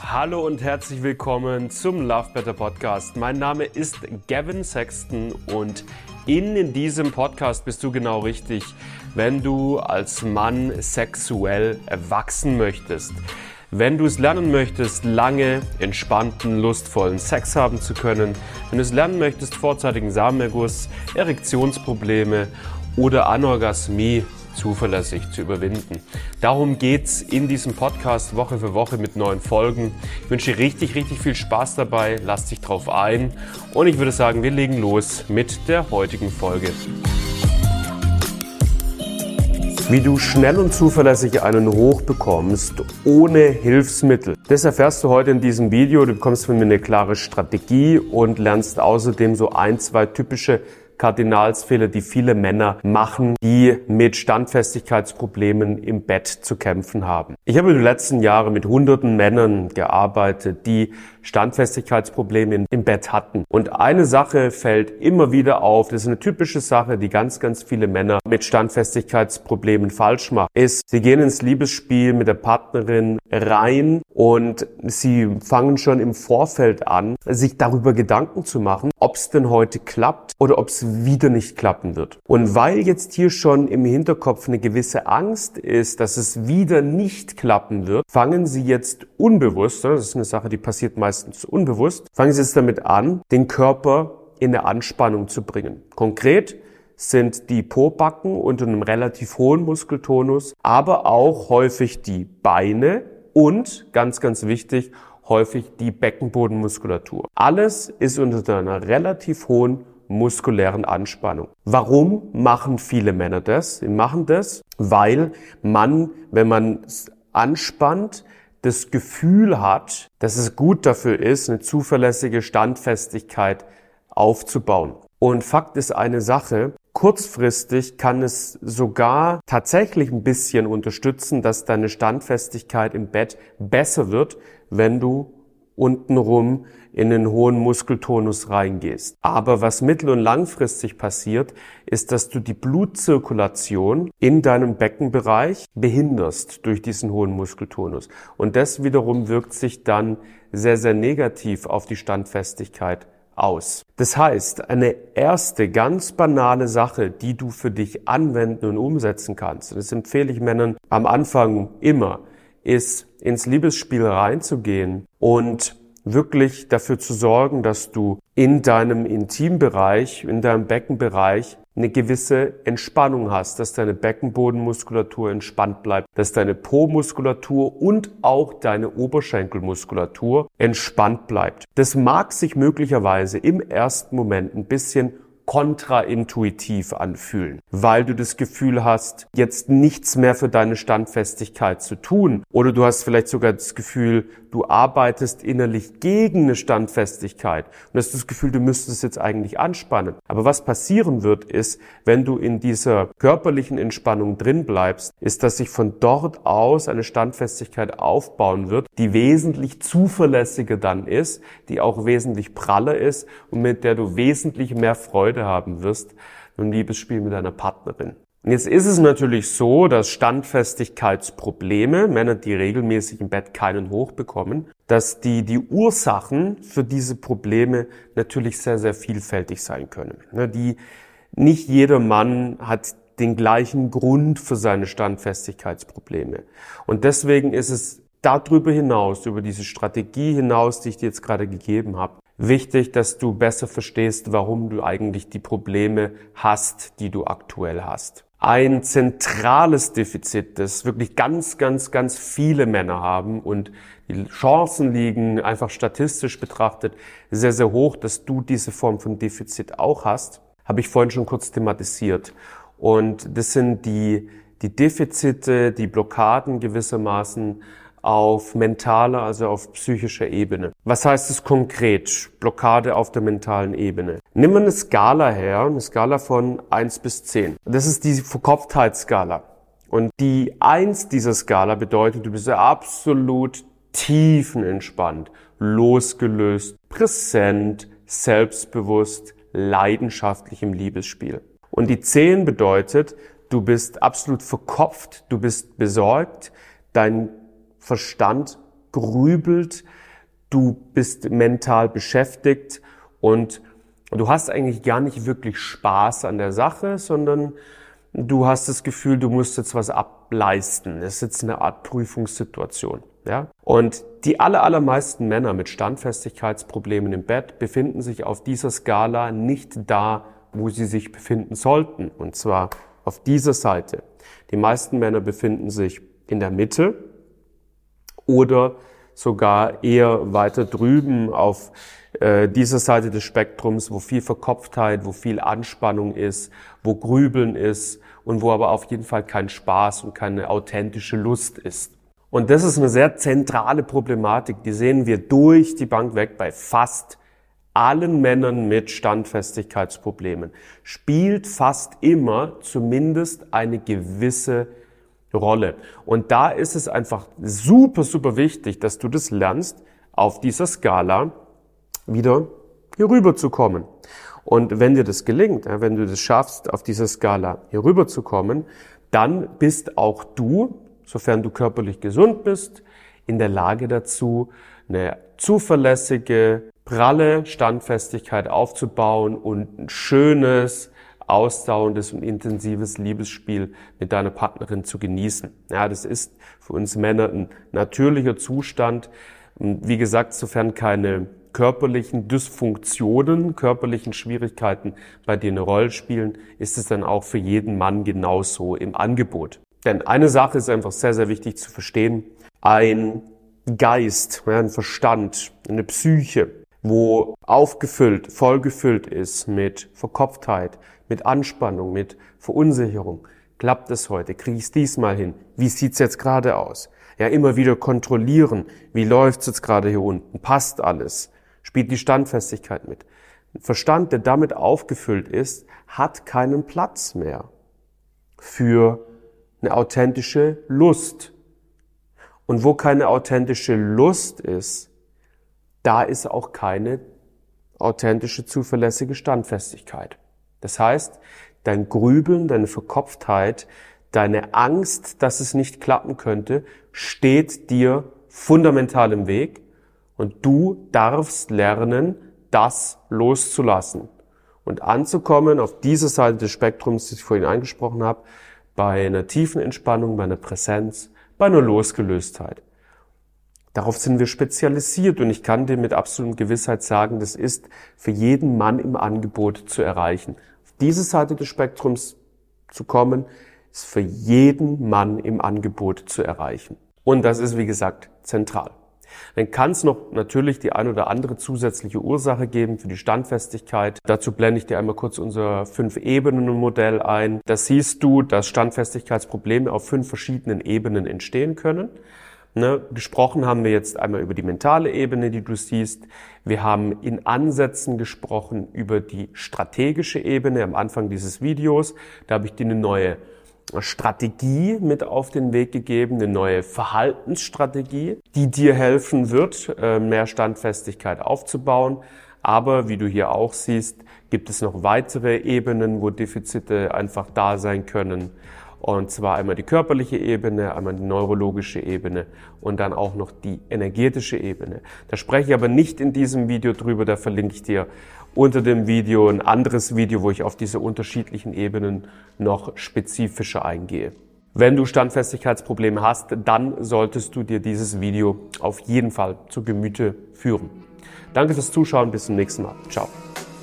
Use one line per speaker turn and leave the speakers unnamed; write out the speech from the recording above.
Hallo und herzlich willkommen zum Love Better Podcast. Mein Name ist Gavin Sexton und in diesem Podcast bist du genau richtig, wenn du als Mann sexuell erwachsen möchtest. Wenn du es lernen möchtest, lange, entspannten, lustvollen Sex haben zu können, wenn du es lernen möchtest, vorzeitigen Samenerguss, Erektionsprobleme oder Anorgasmie zuverlässig zu überwinden. Darum geht's in diesem Podcast Woche für Woche mit neuen Folgen. Ich wünsche dir richtig viel Spaß dabei, lass dich drauf ein und ich würde sagen, wir legen los mit der heutigen Folge. Wie du schnell und zuverlässig einen Hoch bekommst, ohne Hilfsmittel. Das erfährst du heute in diesem Video. Du bekommst von mir eine klare Strategie und lernst außerdem so 2 typische Kardinalsfehler, die viele Männer machen, die mit Standfestigkeitsproblemen im Bett zu kämpfen haben. Ich habe in den letzten Jahren mit hunderten Männern gearbeitet, die Standfestigkeitsprobleme im Bett hatten. Und eine Sache fällt immer wieder auf, das ist eine typische Sache, die ganz viele Männer mit Standfestigkeitsproblemen falsch machen, ist, sie gehen ins Liebesspiel mit der Partnerin rein und sie fangen schon im Vorfeld an, sich darüber Gedanken zu machen, ob es denn heute klappt oder ob es wieder nicht klappen wird. Und weil jetzt hier schon im Hinterkopf eine gewisse Angst ist, dass es wieder nicht klappen wird, fangen sie jetzt unbewusst, das ist eine Sache, die passiert meistens unbewusst, fangen sie jetzt damit an, den Körper in eine Anspannung zu bringen. Konkret sind die Pobacken unter einem relativ hohen Muskeltonus, aber auch häufig die Beine und, ganz wichtig, häufig die Beckenbodenmuskulatur. Alles ist unter einer relativ hohen muskulären Anspannung. Warum machen viele Männer das? Sie machen das, weil man, wenn man es anspannt, das Gefühl hat, dass es gut dafür ist, eine zuverlässige Standfestigkeit aufzubauen. Und Fakt ist eine Sache, kurzfristig kann es sogar tatsächlich ein bisschen unterstützen, dass deine Standfestigkeit im Bett besser wird, wenn du untenrum in den hohen Muskeltonus reingehst. Aber was mittel- und langfristig passiert, ist, dass du die Blutzirkulation in deinem Beckenbereich behinderst durch diesen hohen Muskeltonus. Und das wiederum wirkt sich dann sehr negativ auf die Standfestigkeit aus. Das heißt, eine erste ganz banale Sache, die du für dich anwenden und umsetzen kannst, und das empfehle ich Männern am Anfang immer, ist, ins Liebesspiel reinzugehen und wirklich dafür zu sorgen, dass du in deinem Intimbereich, in deinem Beckenbereich eine gewisse Entspannung hast, dass deine Beckenbodenmuskulatur entspannt bleibt, dass deine Po-Muskulatur und auch deine Oberschenkelmuskulatur entspannt bleibt. Das mag sich möglicherweise im ersten Moment ein bisschen kontraintuitiv anfühlen, weil du das Gefühl hast, jetzt nichts mehr für deine Standfestigkeit zu tun, oder du hast vielleicht sogar das Gefühl, du arbeitest innerlich gegen eine Standfestigkeit und hast das Gefühl, du müsstest jetzt eigentlich anspannen. Aber was passieren wird, ist, wenn du in dieser körperlichen Entspannung drin bleibst, ist, dass sich von dort aus eine Standfestigkeit aufbauen wird, die wesentlich zuverlässiger dann ist, die auch wesentlich praller ist und mit der du wesentlich mehr Freude haben wirst im Liebesspiel mit deiner Partnerin. Und jetzt ist es natürlich so, dass Standfestigkeitsprobleme, Männer, die regelmäßig im Bett keinen Hoch bekommen, dass die Ursachen für diese Probleme natürlich sehr vielfältig sein können. Nicht jeder Mann hat den gleichen Grund für seine Standfestigkeitsprobleme. Und deswegen ist es darüber hinaus, über diese Strategie hinaus, die ich dir jetzt gerade gegeben habe, wichtig, dass du besser verstehst, warum du eigentlich die Probleme hast, die du aktuell hast. Ein zentrales Defizit, das wirklich ganz viele Männer haben, und die Chancen liegen einfach statistisch betrachtet sehr hoch, dass du diese Form von Defizit auch hast, habe ich vorhin schon kurz thematisiert. Und das sind die Defizite, die Blockaden gewissermaßen auf mentaler, also auf psychischer Ebene. Was heißt es konkret? Blockade auf der mentalen Ebene. Nimm mal eine Skala her, eine Skala von 1 bis 10. Das ist die Verkopftheitsskala. Und die 1 dieser Skala bedeutet, du bist absolut tiefenentspannt, losgelöst, präsent, selbstbewusst, leidenschaftlich im Liebesspiel. Und die 10 bedeutet, du bist absolut verkopft, du bist besorgt, dein Verstand grübelt, du bist mental beschäftigt und du hast eigentlich gar nicht wirklich Spaß an der Sache, sondern du hast das Gefühl, du musst jetzt was ableisten. Das ist jetzt eine Art Prüfungssituation. Ja? Und die allermeisten Männer mit Standfestigkeitsproblemen im Bett befinden sich auf dieser Skala nicht da, wo sie sich befinden sollten. Und zwar auf dieser Seite. Die meisten Männer befinden sich in der Mitte oder sogar eher weiter drüben auf dieser Seite des Spektrums, wo viel Verkopftheit, wo viel Anspannung ist, wo Grübeln ist und wo aber auf jeden Fall kein Spaß und keine authentische Lust ist. Und das ist eine sehr zentrale Problematik, die sehen wir durch die Bank weg bei fast allen Männern mit Standfestigkeitsproblemen. Spielt fast immer zumindest eine gewisse Rolle. Und da ist es einfach super wichtig, dass du das lernst, auf dieser Skala wieder hier rüber zu kommen. Und wenn dir das gelingt, wenn du das schaffst, auf dieser Skala hier rüber zu kommen, dann bist auch du, sofern du körperlich gesund bist, in der Lage dazu, eine zuverlässige, pralle Standfestigkeit aufzubauen und ein schönes, ausdauerndes und intensives Liebesspiel mit deiner Partnerin zu genießen. Ja, das ist für uns Männer ein natürlicher Zustand. Wie gesagt, sofern keine körperlichen Dysfunktionen, körperlichen Schwierigkeiten bei dir eine Rolle spielen, ist es dann auch für jeden Mann genauso im Angebot. Denn eine Sache ist einfach sehr wichtig zu verstehen. Ein Geist, ein Verstand, eine Psyche, wo aufgefüllt, vollgefüllt ist mit Verkopftheit, mit Anspannung, mit Verunsicherung. Klappt es heute? Kriege ich es diesmal hin? Wie sieht's jetzt gerade aus? Ja, immer wieder kontrollieren. Wie läuft's jetzt gerade hier unten? Passt alles? Spielt die Standfestigkeit mit? Ein Verstand, der damit aufgefüllt ist, hat keinen Platz mehr für eine authentische Lust. Und wo keine authentische Lust ist, da ist auch keine authentische, zuverlässige Standfestigkeit. Das heißt, dein Grübeln, deine Verkopftheit, deine Angst, dass es nicht klappen könnte, steht dir fundamental im Weg und du darfst lernen, das loszulassen und anzukommen auf dieser Seite des Spektrums, das ich vorhin angesprochen habe, bei einer tiefen Entspannung, bei einer Präsenz, bei einer Losgelöstheit. Darauf sind wir spezialisiert und ich kann dir mit absoluter Gewissheit sagen, das ist für jeden Mann im Angebot zu erreichen. Auf diese Seite des Spektrums zu kommen, ist für jeden Mann im Angebot zu erreichen. Und das ist, wie gesagt, zentral. Dann kann es noch natürlich die ein oder andere zusätzliche Ursache geben für die Standfestigkeit. Dazu blende ich dir einmal kurz unser 5-Ebenen-Modell ein. Da siehst du, dass Standfestigkeitsprobleme auf 5 verschiedenen Ebenen entstehen können. Gesprochen haben wir jetzt einmal über die mentale Ebene, die du siehst. Wir haben in Ansätzen gesprochen über die strategische Ebene am Anfang dieses Videos. Da habe ich dir eine neue Strategie mit auf den Weg gegeben, eine neue Verhaltensstrategie, die dir helfen wird, mehr Standfestigkeit aufzubauen. Aber wie du hier auch siehst, gibt es noch weitere Ebenen, wo Defizite einfach da sein können. Und zwar einmal die körperliche Ebene, einmal die neurologische Ebene und dann auch noch die energetische Ebene. Da spreche ich aber nicht in diesem Video drüber, da verlinke ich dir unter dem Video ein anderes Video, wo ich auf diese unterschiedlichen Ebenen noch spezifischer eingehe. Wenn du Standfestigkeitsprobleme hast, dann solltest du dir dieses Video auf jeden Fall zu Gemüte führen. Danke fürs Zuschauen, bis zum nächsten Mal. Ciao.